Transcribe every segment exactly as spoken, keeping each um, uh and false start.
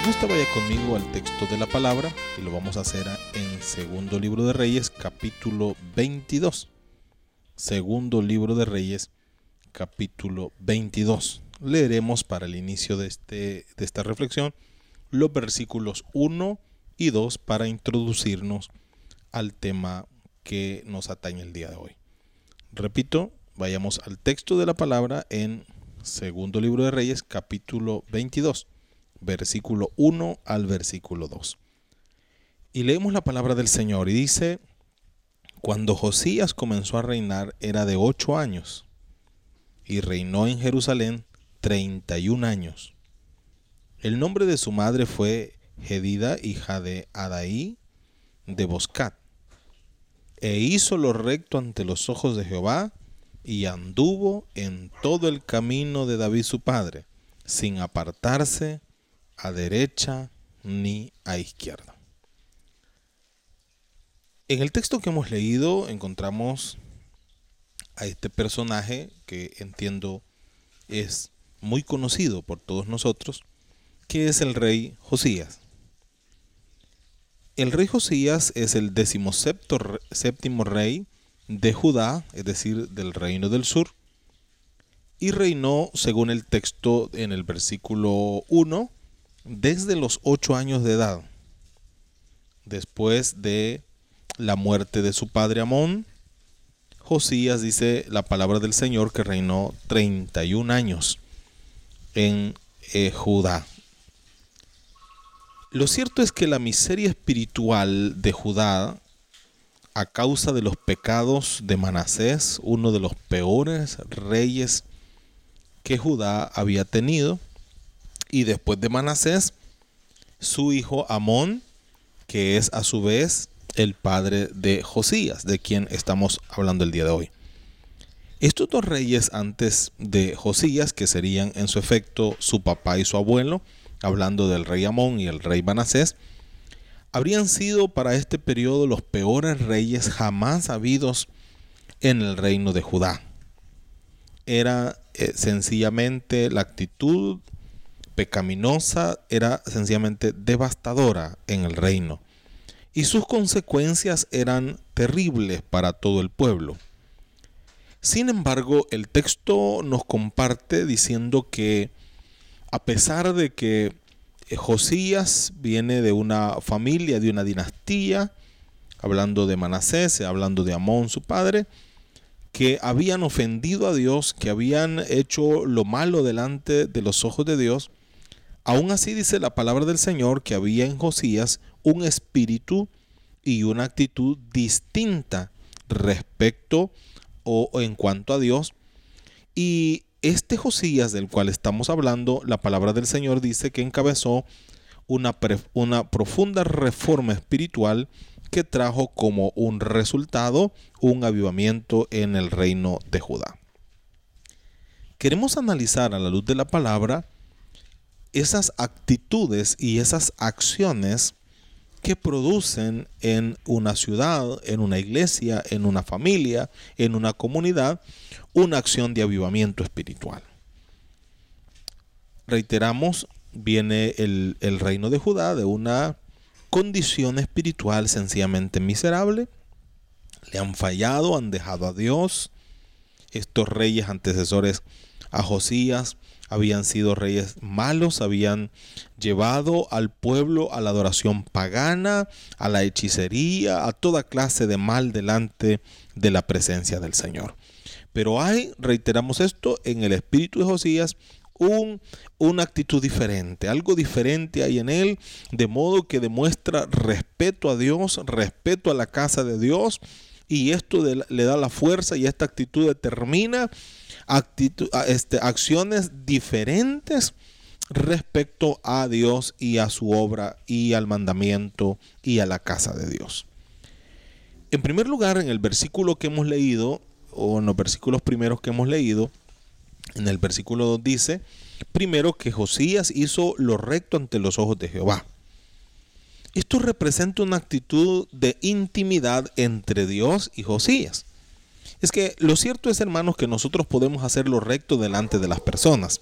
gusta, vaya conmigo al texto de la palabra y lo vamos a hacer en Segundo Libro de Reyes, capítulo veintidós. Segundo Libro de Reyes, capítulo veintidós. Leeremos para el inicio de, este, de esta reflexión los versículos uno y dos para introducirnos al tema que nos atañe el día de hoy. Repito, vayamos al texto de la palabra en Segundo Libro de Reyes, capítulo veintidós, versículo uno al versículo dos. Y leemos la palabra del Señor y dice: Cuando Josías comenzó a reinar era de ocho años y reinó en Jerusalén treinta y un años. El nombre de su madre fue Jedida, hija de Adaí de Boscat. E hizo lo recto ante los ojos de Jehová y anduvo en todo el camino de David su padre, sin apartarse a derecha ni a izquierda. En el texto que hemos leído encontramos a este personaje que entiendo es muy conocido por todos nosotros, que es el rey Josías. El rey Josías es el decimoséptimo rey de Judá, es decir, del reino del sur, y reinó, según el texto en el versículo uno, desde los ocho años de edad, después de la muerte de su padre Amón. Josías, dice la palabra del Señor, que reinó treinta y un años en eh, Judá. Lo cierto es que la miseria espiritual de Judá, a causa de los pecados de Manasés, uno de los peores reyes que Judá había tenido, y después de Manasés, su hijo Amón, que es a su vez el padre de Josías, de quien estamos hablando el día de hoy. Estos dos reyes antes de Josías, que serían en su efecto su papá y su abuelo, hablando del rey Amón y el rey Manasés, habrían sido para este periodo los peores reyes jamás habidos en el reino de Judá. Era eh, sencillamente la actitud pecaminosa, era sencillamente devastadora en el reino, y sus consecuencias eran terribles para todo el pueblo. Sin embargo, el texto nos comparte diciendo que a pesar de que Josías viene de una familia, de una dinastía, hablando de Manasés, hablando de Amón, su padre, que habían ofendido a Dios, que habían hecho lo malo delante de los ojos de Dios, aún así dice la palabra del Señor que había en Josías un espíritu y una actitud distinta respecto o, o en cuanto a Dios. Y este Josías del cual estamos hablando, la palabra del Señor dice que encabezó una, pre, una profunda reforma espiritual que trajo como un resultado un avivamiento en el reino de Judá. Queremos analizar a la luz de la palabra esas actitudes y esas acciones que producen en una ciudad, en una iglesia, en una familia, en una comunidad, una acción de avivamiento espiritual. Reiteramos, viene el, el reino de Judá de una condición espiritual sencillamente miserable. Le han fallado, han dejado a Dios. Estos reyes antecesores a Josías habían sido reyes malos, habían llevado al pueblo a la adoración pagana, a la hechicería, a toda clase de mal delante de la presencia del Señor. Pero hay, reiteramos esto, en el espíritu de Josías un, una actitud diferente, algo diferente hay en él, de modo que demuestra respeto a Dios, respeto a la casa de Dios, y esto de, le da la fuerza, y esta actitud determina actitud, este, acciones diferentes respecto a Dios y a su obra y al mandamiento y a la casa de Dios. En primer lugar, en el versículo que hemos leído, o en los versículos primeros que hemos leído, en el versículo dos dice, primero, que Josías hizo lo recto ante los ojos de Jehová. Esto representa una actitud de intimidad entre Dios y Josías. Es que lo cierto es, hermanos, que nosotros podemos hacer lo recto delante de las personas.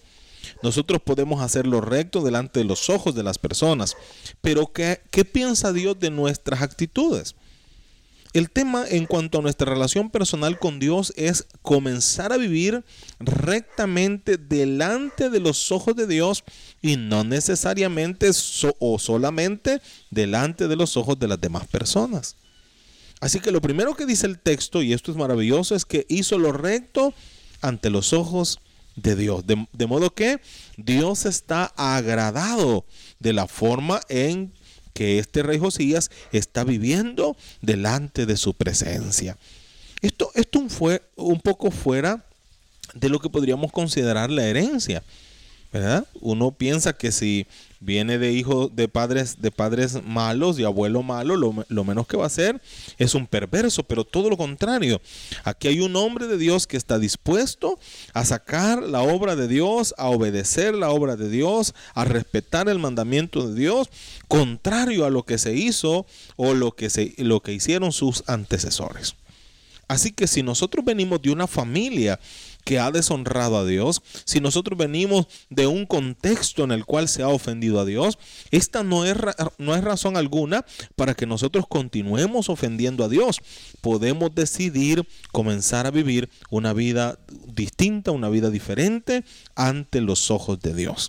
Nosotros podemos hacer lo recto delante de los ojos de las personas. Pero ¿qué, qué piensa Dios de nuestras actitudes? El tema en cuanto a nuestra relación personal con Dios es comenzar a vivir rectamente delante de los ojos de Dios y no necesariamente so, o solamente delante de los ojos de las demás personas. Así que lo primero que dice el texto, y esto es maravilloso, es que hizo lo recto ante los ojos de Dios. De, de modo que Dios está agradado de la forma en que este rey Josías está viviendo delante de su presencia. Esto, esto fue un poco fuera de lo que podríamos considerar la herencia, ¿verdad? Uno piensa que si viene de hijos de padres de padres malos, de abuelo malo, lo, lo menos que va a ser es un perverso, pero todo lo contrario. Aquí hay un hombre de Dios que está dispuesto a sacar la obra de Dios, a obedecer la obra de Dios, a respetar el mandamiento de Dios, contrario a lo que se hizo o lo que se, lo que hicieron sus antecesores. Así que si nosotros venimos de una familia que ha deshonrado a Dios, si nosotros venimos de un contexto en el cual se ha ofendido a Dios, esta no es, no es razón alguna para que nosotros continuemos ofendiendo a Dios. Podemos decidir comenzar a vivir una vida distinta, una vida diferente ante los ojos de Dios.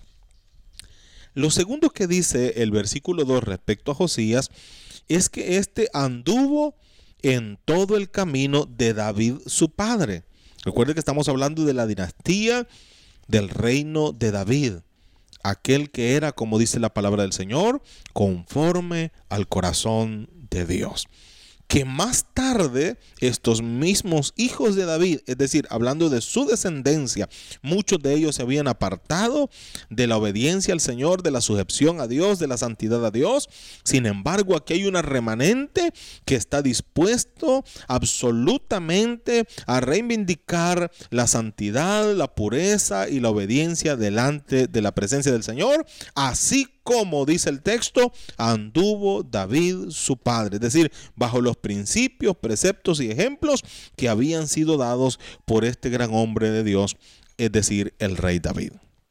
Lo segundo que dice el versículo dos respecto a Josías es que éste anduvo en todo el camino de David su padre. Recuerde que estamos hablando de la dinastía del reino de David, aquel que era, como dice la palabra del Señor, conforme al corazón de Dios. Que más tarde estos mismos hijos de David, es decir, hablando de su descendencia, muchos de ellos se habían apartado de la obediencia al Señor, de la sujeción a Dios, de la santidad a Dios. Sin embargo, aquí hay una remanente que está dispuesto absolutamente a reivindicar la santidad, la pureza y la obediencia delante de la presencia del Señor, así como dice el texto, anduvo David su padre, es decir, bajo los principios, preceptos y ejemplos que habían sido dados por este gran hombre de Dios, es decir, el rey David.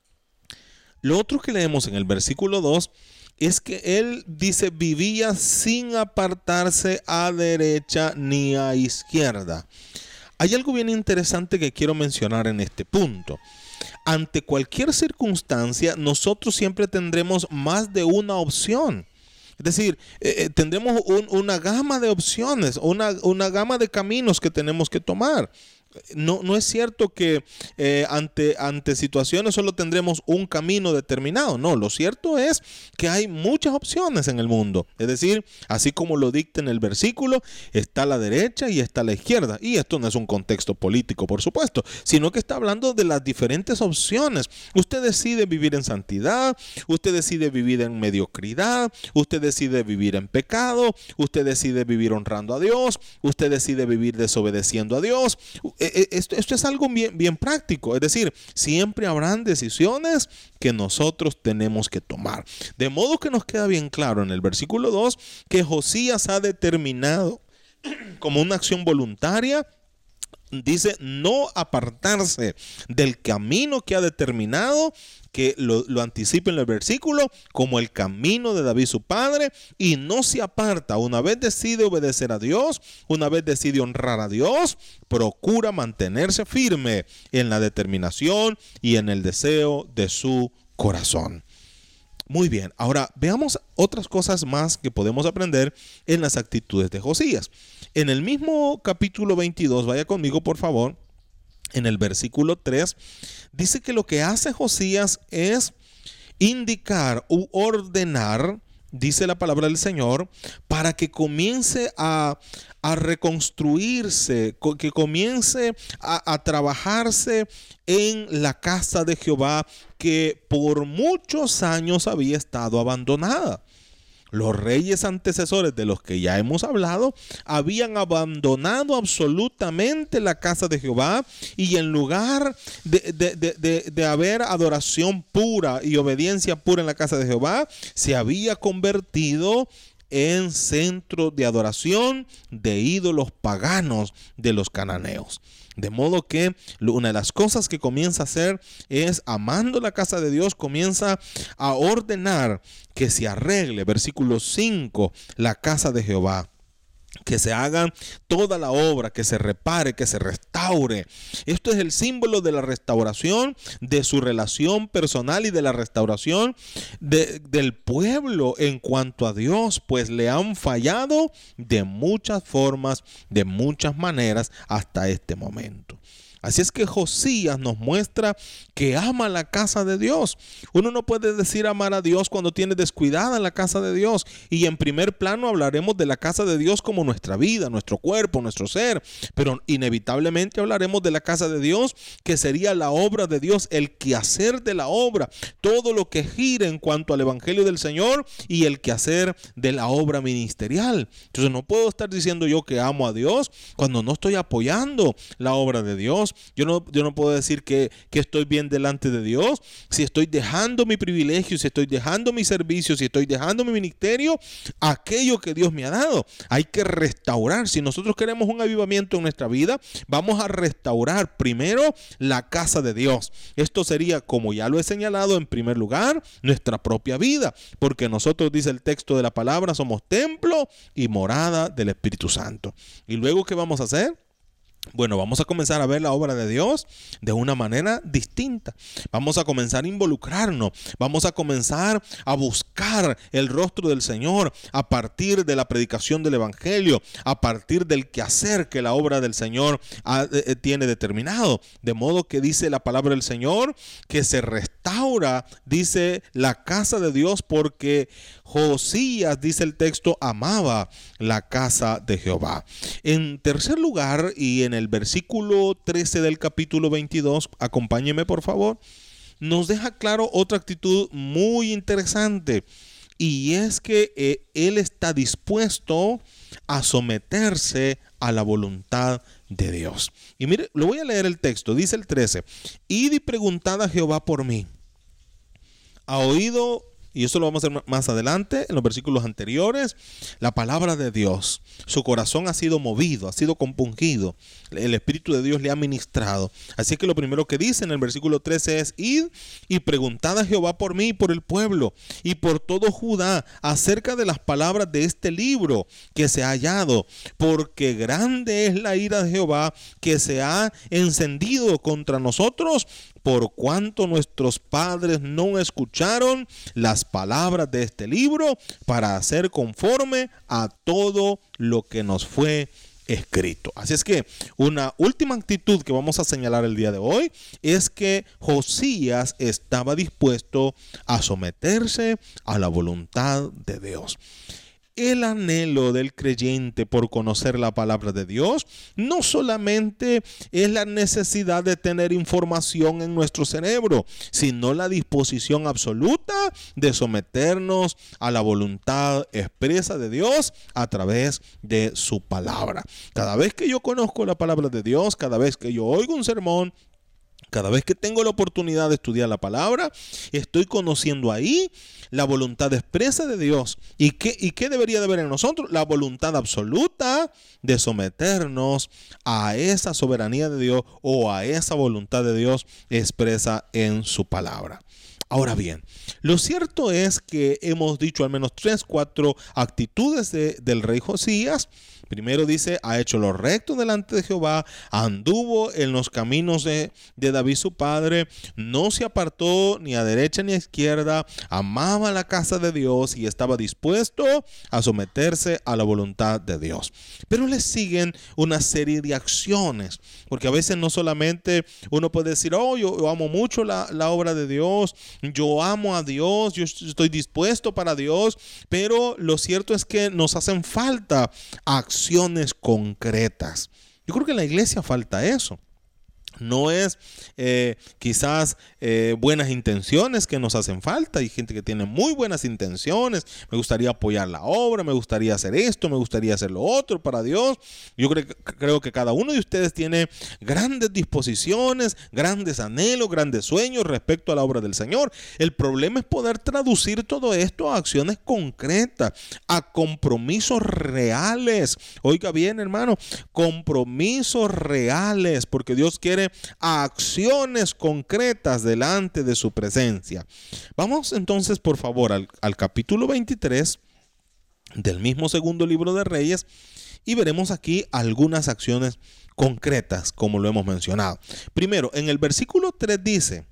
Lo otro que leemos en el versículo dos es que él dice, vivía sin apartarse a derecha ni a izquierda. Hay algo bien interesante que quiero mencionar en este punto. Ante cualquier circunstancia, nosotros siempre tendremos más de una opción. Es decir, eh, tendremos un, una gama de opciones, una, una gama de caminos que tenemos que tomar. No, no es cierto que eh, ante, ante situaciones solo tendremos un camino determinado. No, lo cierto es que hay muchas opciones en el mundo. Es decir, así como lo dicta en el versículo, está la derecha y está la izquierda. Y esto no es un contexto político, por supuesto, sino que está hablando de las diferentes opciones. Usted decide vivir en santidad, usted decide vivir en mediocridad, usted decide vivir en pecado, usted decide vivir honrando a Dios, usted decide vivir desobedeciendo a Dios. Esto, esto es algo bien, bien práctico, es decir, siempre habrán decisiones que nosotros tenemos que tomar. De modo que nos queda bien claro en el versículo dos que Josías ha determinado como una acción voluntaria, dice, no apartarse del camino que ha determinado, que lo, lo anticipa en el versículo, como el camino de David su padre, y no se aparta. Una vez decide obedecer a Dios, una vez decide honrar a Dios, procura mantenerse firme en la determinación y en el deseo de su corazón. Muy bien, ahora veamos otras cosas más que podemos aprender en las actitudes de Josías. En el mismo capítulo veintidós, vaya conmigo por favor, en el versículo tres, dice que lo que hace Josías es indicar u ordenar, dice la palabra del Señor, para que comience a, a reconstruirse, que comience a, a trabajarse en la casa de Jehová que por muchos años había estado abandonada. Los reyes antecesores de los que ya hemos hablado habían abandonado absolutamente la casa de Jehová, y en lugar de, de, de, de, de haber adoración pura y obediencia pura en la casa de Jehová, se había convertido en centro de adoración de ídolos paganos de los cananeos. De modo que una de las cosas que comienza a hacer es, amando la casa de Dios, comienza a ordenar que se arregle, versículo cinco, la casa de Jehová. Que se haga toda la obra, que se repare, que se restaure. Esto es el símbolo de la restauración de su relación personal y de la restauración de, del pueblo en cuanto a Dios, pues le han fallado de muchas formas, de muchas maneras hasta este momento. Así es que Josías nos muestra que ama la casa de Dios. Uno no puede decir amar a Dios cuando tiene descuidada la casa de Dios. Y en primer plano hablaremos de la casa de Dios como nuestra vida, nuestro cuerpo, nuestro ser. Pero inevitablemente hablaremos de la casa de Dios, que sería la obra de Dios, el quehacer de la obra. Todo lo que gira en cuanto al evangelio del Señor y el quehacer de la obra ministerial. Entonces no puedo estar diciendo yo que amo a Dios cuando no estoy apoyando la obra de Dios. Yo no, yo no puedo decir que, que estoy bien delante de Dios si estoy dejando mi privilegio, si estoy dejando mi servicio, si estoy dejando mi ministerio, aquello que Dios me ha dado. Hay que restaurar. Si nosotros queremos un avivamiento en nuestra vida, vamos a restaurar primero la casa de Dios. Esto sería, como ya lo he señalado, en primer lugar, nuestra propia vida, porque nosotros, dice el texto de la palabra, somos templo y morada del Espíritu Santo. ¿Y luego qué vamos a hacer? Bueno, vamos a comenzar a ver la obra de Dios de una manera distinta. Vamos a comenzar a involucrarnos. Vamos a comenzar a buscar el rostro del Señor a partir de la predicación del Evangelio, a partir del quehacer que la obra del Señor ha, eh, tiene determinado. De modo que dice la palabra del Señor que se restaura, dice, la casa de Dios, porque Josías, dice el texto, amaba la casa de Jehová. En tercer lugar, y en el versículo trece del capítulo veintidós, acompáñeme por favor, nos deja claro otra actitud muy interesante, y es que eh, él está dispuesto a someterse a la voluntad de Dios. Y mire, lo voy a leer el texto, dice el trece: id y preguntad a Jehová por mí. ¿Ha oído? Y eso lo vamos a hacer más adelante, en los versículos anteriores, la palabra de Dios. Su corazón ha sido movido, ha sido compungido. El Espíritu de Dios le ha ministrado. Así que lo primero que dice en el versículo trece es: id y preguntad a Jehová por mí y por el pueblo y por todo Judá acerca de las palabras de este libro que se ha hallado, porque grande es la ira de Jehová que se ha encendido contra nosotros, por cuanto nuestros padres no escucharon las palabras de este libro para hacer conforme a todo lo que nos fue escrito. Así es que una última actitud que vamos a señalar el día de hoy es que Josías estaba dispuesto a someterse a la voluntad de Dios. El anhelo del creyente por conocer la palabra de Dios no solamente es la necesidad de tener información en nuestro cerebro, sino la disposición absoluta de someternos a la voluntad expresa de Dios a través de su palabra. Cada vez que yo conozco la palabra de Dios, cada vez que yo oigo un sermón, cada vez que tengo la oportunidad de estudiar la palabra, estoy conociendo ahí la voluntad expresa de Dios. ¿Y qué, y qué debería de haber en nosotros? La voluntad absoluta de someternos a esa soberanía de Dios o a esa voluntad de Dios expresa en su palabra. Ahora bien, lo cierto es que hemos dicho al menos tres, cuatro actitudes de, del rey Josías. Primero dice: ha hecho lo recto delante de Jehová, anduvo en los caminos de, de David su padre, no se apartó ni a derecha ni a izquierda, amaba la casa de Dios y estaba dispuesto a someterse a la voluntad de Dios. Pero le siguen una serie de acciones, porque a veces no solamente uno puede decir: oh, yo, yo amo mucho la, la obra de Dios, yo amo a Dios, yo estoy dispuesto para Dios, pero lo cierto es que nos hacen falta acciones concretas. Yo creo que en la iglesia falta eso. No es eh, quizás eh, buenas intenciones que nos hacen falta. Hay gente que tiene muy buenas intenciones. Me gustaría apoyar la obra, me gustaría hacer esto, me gustaría hacer lo otro para Dios. Yo creo, creo que cada uno de ustedes tiene grandes disposiciones, grandes anhelos, grandes sueños respecto a la obra del Señor. El problema es poder traducir todo esto a acciones concretas, a compromisos reales. Oiga bien, hermano, compromisos reales, porque Dios quiere a acciones concretas delante de su presencia. Vamos entonces, por favor, al, al capítulo veintitrés del mismo segundo libro de Reyes y veremos aquí algunas acciones concretas, como lo hemos mencionado. Primero, en el versículo tres dice: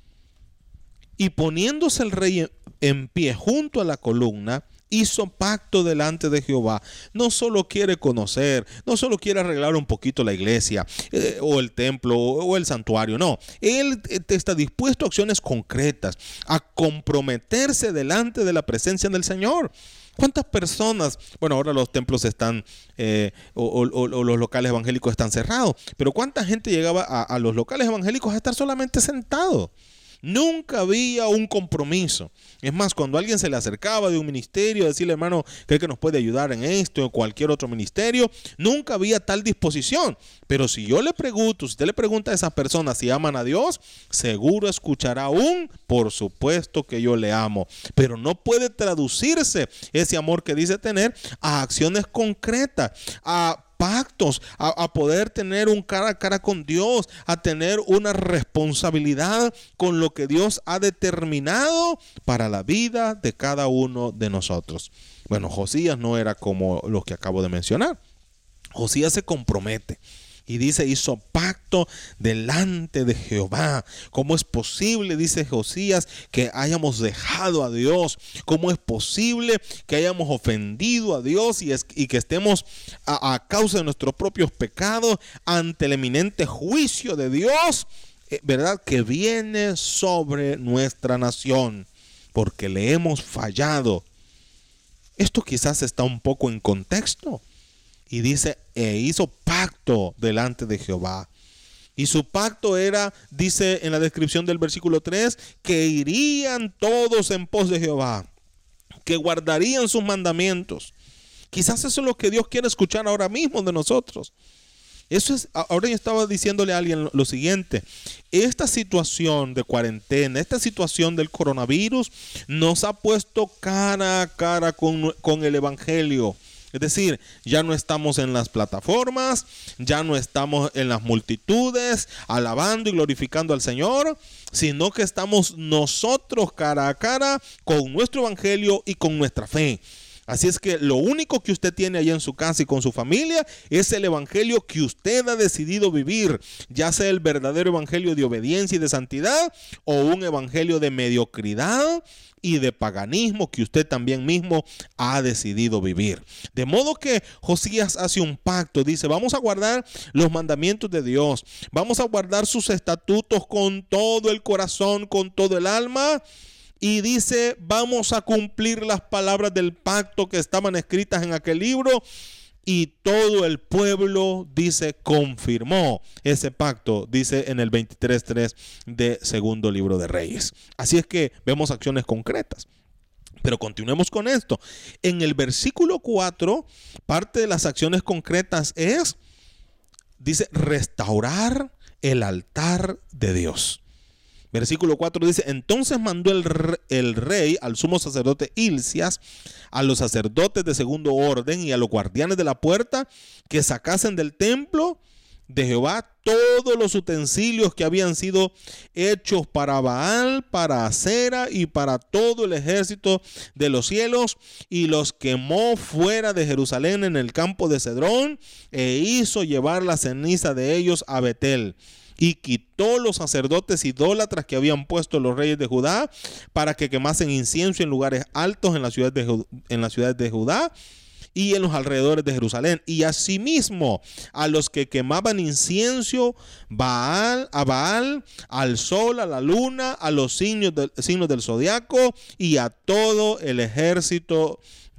y poniéndose el rey en pie junto a la columna, hizo pacto delante de Jehová. No solo quiere conocer, no solo quiere arreglar un poquito la iglesia eh, o el templo o el santuario, no. Él eh, está dispuesto a acciones concretas, a comprometerse delante de la presencia del Señor. ¿Cuántas personas? Bueno, ahora los templos están eh, o, o, o los locales evangélicos están cerrados, pero ¿cuánta gente llegaba a, a los locales evangélicos a estar solamente sentado? Nunca había un compromiso. Es más, cuando alguien se le acercaba de un ministerio, decirle: hermano, ¿cree que nos puede ayudar en esto o cualquier otro ministerio? Nunca había tal disposición. Pero si yo le pregunto, si usted le pregunta a esas personas si aman a Dios, seguro escuchará un: por supuesto que yo le amo. Pero no puede traducirse ese amor que dice tener a acciones concretas, a pactos, a, a poder tener un cara a cara con Dios, a tener una responsabilidad con lo que Dios ha determinado para la vida de cada uno de nosotros. Bueno, Josías no era como los que acabo de mencionar. Josías se compromete y dice: hizo pacto delante de Jehová. ¿Cómo es posible, dice Josías, que hayamos dejado a Dios? ¿Cómo es posible que hayamos ofendido a Dios y, es, y que estemos a, a causa de nuestros propios pecados ante el eminente juicio de Dios, eh, verdad, que viene sobre nuestra nación, porque le hemos fallado? Esto quizás está un poco en contexto. Y dice: e hizo pacto delante de Jehová. Y su pacto era, dice en la descripción del versículo tres, que irían todos en pos de Jehová, que guardarían sus mandamientos. Quizás eso es lo que Dios quiere escuchar ahora mismo de nosotros. Eso es, ahora yo estaba diciéndole a alguien lo siguiente: esta situación de cuarentena, esta situación del coronavirus nos ha puesto cara a cara con, con el evangelio. Es decir, ya no estamos en las plataformas, ya no estamos en las multitudes alabando y glorificando al Señor, sino que estamos nosotros cara a cara con nuestro evangelio y con nuestra fe. Así es que lo único que usted tiene allá en su casa y con su familia es el evangelio que usted ha decidido vivir, ya sea el verdadero evangelio de obediencia y de santidad o un evangelio de mediocridad y de paganismo que usted también mismo ha decidido vivir. De modo que Josías hace un pacto, dice: vamos a guardar los mandamientos de Dios, vamos a guardar sus estatutos con todo el corazón, con todo el alma. Y dice: vamos a cumplir las palabras del pacto que estaban escritas en aquel libro. Y todo el pueblo, dice, confirmó ese pacto, dice en el veintitrés tres de segundo libro de Reyes. Así es que vemos acciones concretas. Pero continuemos con esto. En el versículo cuatro, parte de las acciones concretas es, dice, restaurar el altar de Dios. Versículo cuatro dice: entonces mandó el, re, el rey al sumo sacerdote Hilcias, a los sacerdotes de segundo orden y a los guardianes de la puerta, que sacasen del templo de Jehová todos los utensilios que habían sido hechos para Baal, para Acera y para todo el ejército de los cielos, y los quemó fuera de Jerusalén en el campo de Cedrón, e hizo llevar la ceniza de ellos a Betel. Y quitó los sacerdotes idólatras que habían puesto los reyes de Judá para que quemasen incienso en lugares altos en la ciudad de, en la ciudad de Judá y en los alrededores de Jerusalén. Y asimismo a los que quemaban incienso Baal, a Baal, al sol, a la luna, a los signos, de, signos del zodiaco y a todo el ejército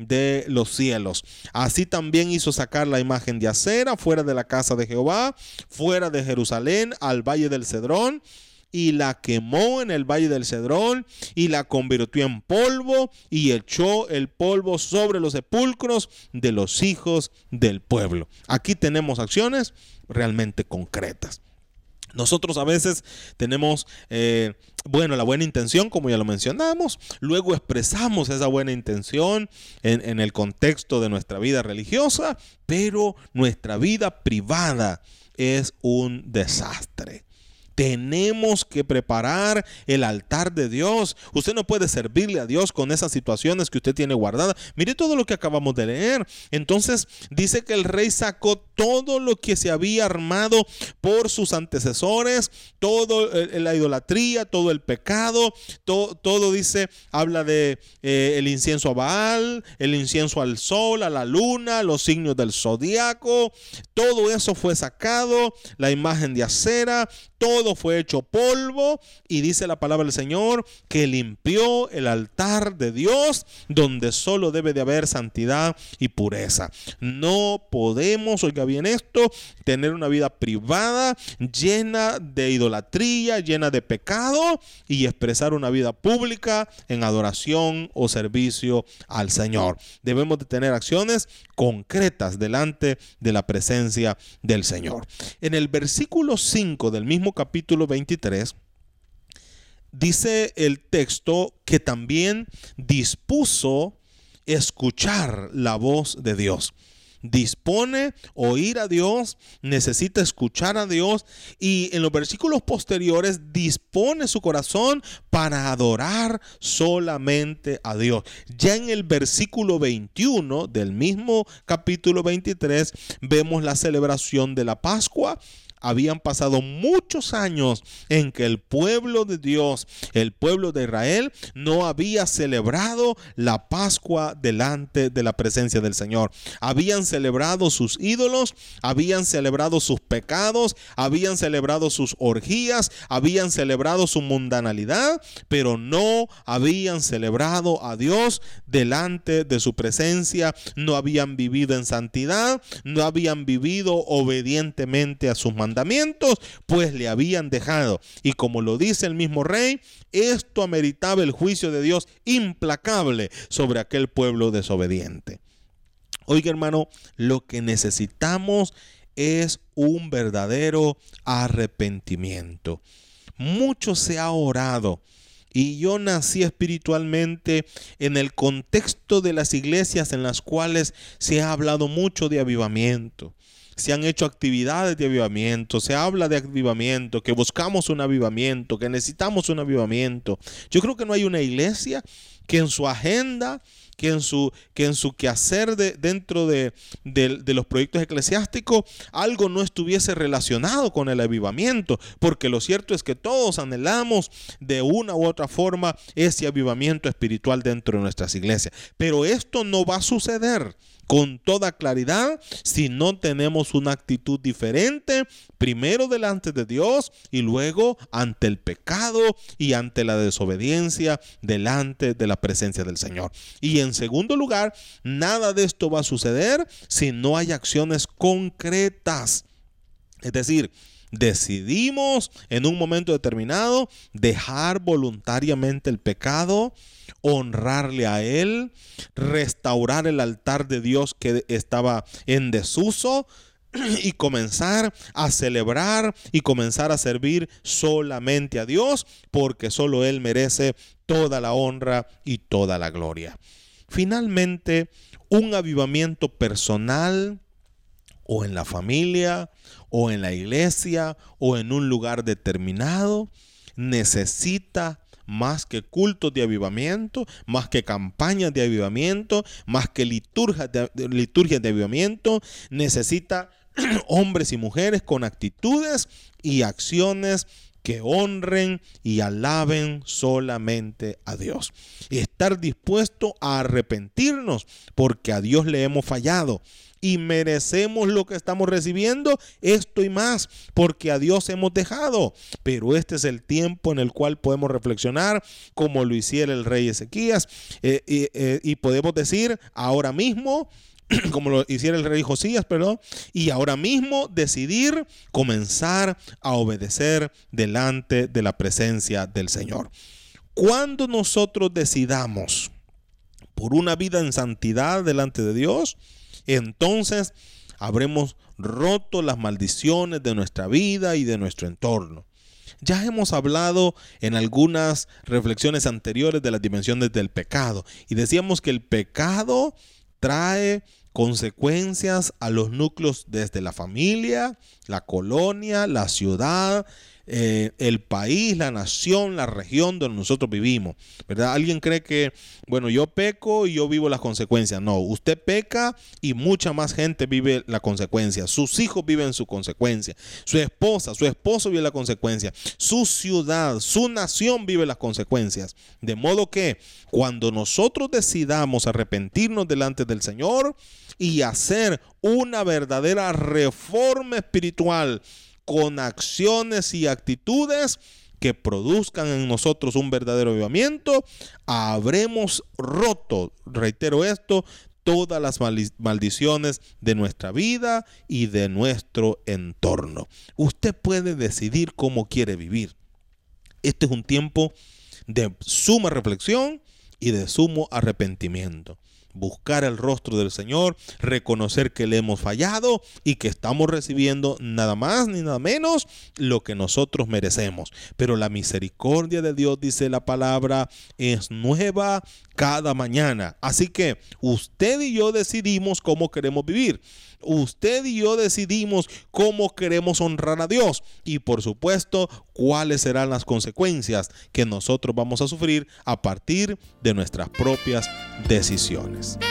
de los cielos. Así también hizo sacar la imagen de acera fuera de la casa de Jehová, fuera de Jerusalén, al valle del Cedrón, y la quemó en el valle del Cedrón, y la convirtió en polvo, y echó el polvo sobre los sepulcros de los hijos del pueblo. Aquí tenemos acciones realmente concretas. Nosotros a veces tenemos, eh, bueno, la buena intención, como ya lo mencionamos, luego expresamos esa buena intención en, en el contexto de nuestra vida religiosa, pero nuestra vida privada es un desastre. Tenemos que preparar el altar de Dios. Usted no puede servirle a Dios con esas situaciones que usted tiene guardadas. Mire todo lo que acabamos de leer. Entonces dice que el rey sacó todo lo que se había armado por sus antecesores, todo la idolatría, todo el pecado, todo, todo dice, habla de eh, el incienso a Baal, el incienso al sol, a la luna, los signos del zodiaco. Todo eso fue sacado, la imagen de acera, todo fue hecho polvo, y dice la palabra del Señor que limpió el altar de Dios, donde solo debe de haber santidad y pureza. No podemos, oiga bien esto, tener una vida privada llena de idolatría, llena de pecado, y expresar una vida pública en adoración o servicio al Señor. Debemos de tener acciones concretas delante de la presencia del Señor. En el versículo cinco del mismo capítulo veintitrés, dice el texto que también dispuso escuchar la voz de Dios. Dispone oír a Dios, necesita escuchar a Dios, y en los versículos posteriores dispone su corazón para adorar solamente a Dios. Ya en el versículo veintiuno del mismo capítulo veintitrés vemos la celebración de la Pascua. Habían pasado muchos años en que el pueblo de Dios, el pueblo de Israel, no había celebrado la Pascua delante de la presencia del Señor. Habían celebrado sus ídolos, habían celebrado sus pecados, habían celebrado sus orgías, habían celebrado su mundanalidad, pero no habían celebrado a Dios delante de su presencia. No habían vivido en santidad, no habían vivido obedientemente a sus mandamientos. mandamientos, pues le habían dejado. Y como lo dice el mismo rey, esto ameritaba el juicio de Dios implacable sobre aquel pueblo desobediente. Oiga, hermano, lo que necesitamos es un verdadero arrepentimiento. Mucho se ha orado, y yo nací espiritualmente en el contexto de las iglesias en las cuales se ha hablado mucho de avivamiento. Se han hecho actividades de avivamiento, se habla de avivamiento, que buscamos un avivamiento, que necesitamos un avivamiento. Yo creo que no hay una iglesia que en su agenda, que en su, que en su quehacer de, dentro de, de, de los proyectos eclesiásticos, algo no estuviese relacionado con el avivamiento, porque lo cierto es que todos anhelamos de una u otra forma ese avivamiento espiritual dentro de nuestras iglesias. Pero esto no va a suceder con toda claridad si no tenemos una actitud diferente, primero delante de Dios y luego ante el pecado y ante la desobediencia delante de la presencia del Señor. Y en segundo lugar, nada de esto va a suceder si no hay acciones concretas. Es decir, decidimos en un momento determinado dejar voluntariamente el pecado, honrarle a Él, restaurar el altar de Dios que estaba en desuso y comenzar a celebrar y comenzar a servir solamente a Dios, porque solo Él merece toda la honra y toda la gloria. Finalmente, un avivamiento personal, o en la familia, o en la iglesia, o en un lugar determinado, necesita más que cultos de avivamiento, más que campañas de avivamiento, más que liturgias de, liturgias de avivamiento, necesita hombres y mujeres con actitudes y acciones que honren y alaben solamente a Dios. Y estar dispuesto a arrepentirnos porque a Dios le hemos fallado. y merecemos lo que estamos recibiendo, esto y más, porque a Dios hemos dejado. Pero este es el tiempo en el cual podemos reflexionar como lo hiciera el rey Ezequías, eh, eh, eh, y podemos decir ahora mismo, como lo hiciera el rey Josías, perdón, y ahora mismo decidir comenzar a obedecer delante de la presencia del Señor. Cuando nosotros decidamos por una vida en santidad delante de Dios, entonces habremos roto las maldiciones de nuestra vida y de nuestro entorno. Ya hemos hablado en algunas reflexiones anteriores de las dimensiones del pecado y decíamos que el pecado trae consecuencias a los núcleos desde la familia, la colonia, la ciudad, eh, el país, la nación, la región donde nosotros vivimos, ¿verdad? Alguien cree que, bueno, yo peco y yo vivo las consecuencias. No, usted peca y mucha más gente vive la consecuencia. Sus hijos viven su consecuencia. Su esposa, su esposo vive la consecuencia. Su ciudad, su nación vive las consecuencias. De modo que cuando nosotros decidamos arrepentirnos delante del Señor y hacer una verdadera reforma espiritual con acciones y actitudes que produzcan en nosotros un verdadero avivamiento, habremos roto, reitero esto, todas las maldiciones de nuestra vida y de nuestro entorno. Usted puede decidir cómo quiere vivir. Este es un tiempo de suma reflexión y de sumo arrepentimiento. Buscar el rostro del Señor, reconocer que le hemos fallado y que estamos recibiendo nada más ni nada menos lo que nosotros merecemos. Pero la misericordia de Dios, dice la palabra, es nueva cada mañana. Así que usted y yo decidimos cómo queremos vivir. Usted y yo decidimos cómo queremos honrar a Dios y, por supuesto, cuáles serán las consecuencias que nosotros vamos a sufrir a partir de nuestras propias decisiones.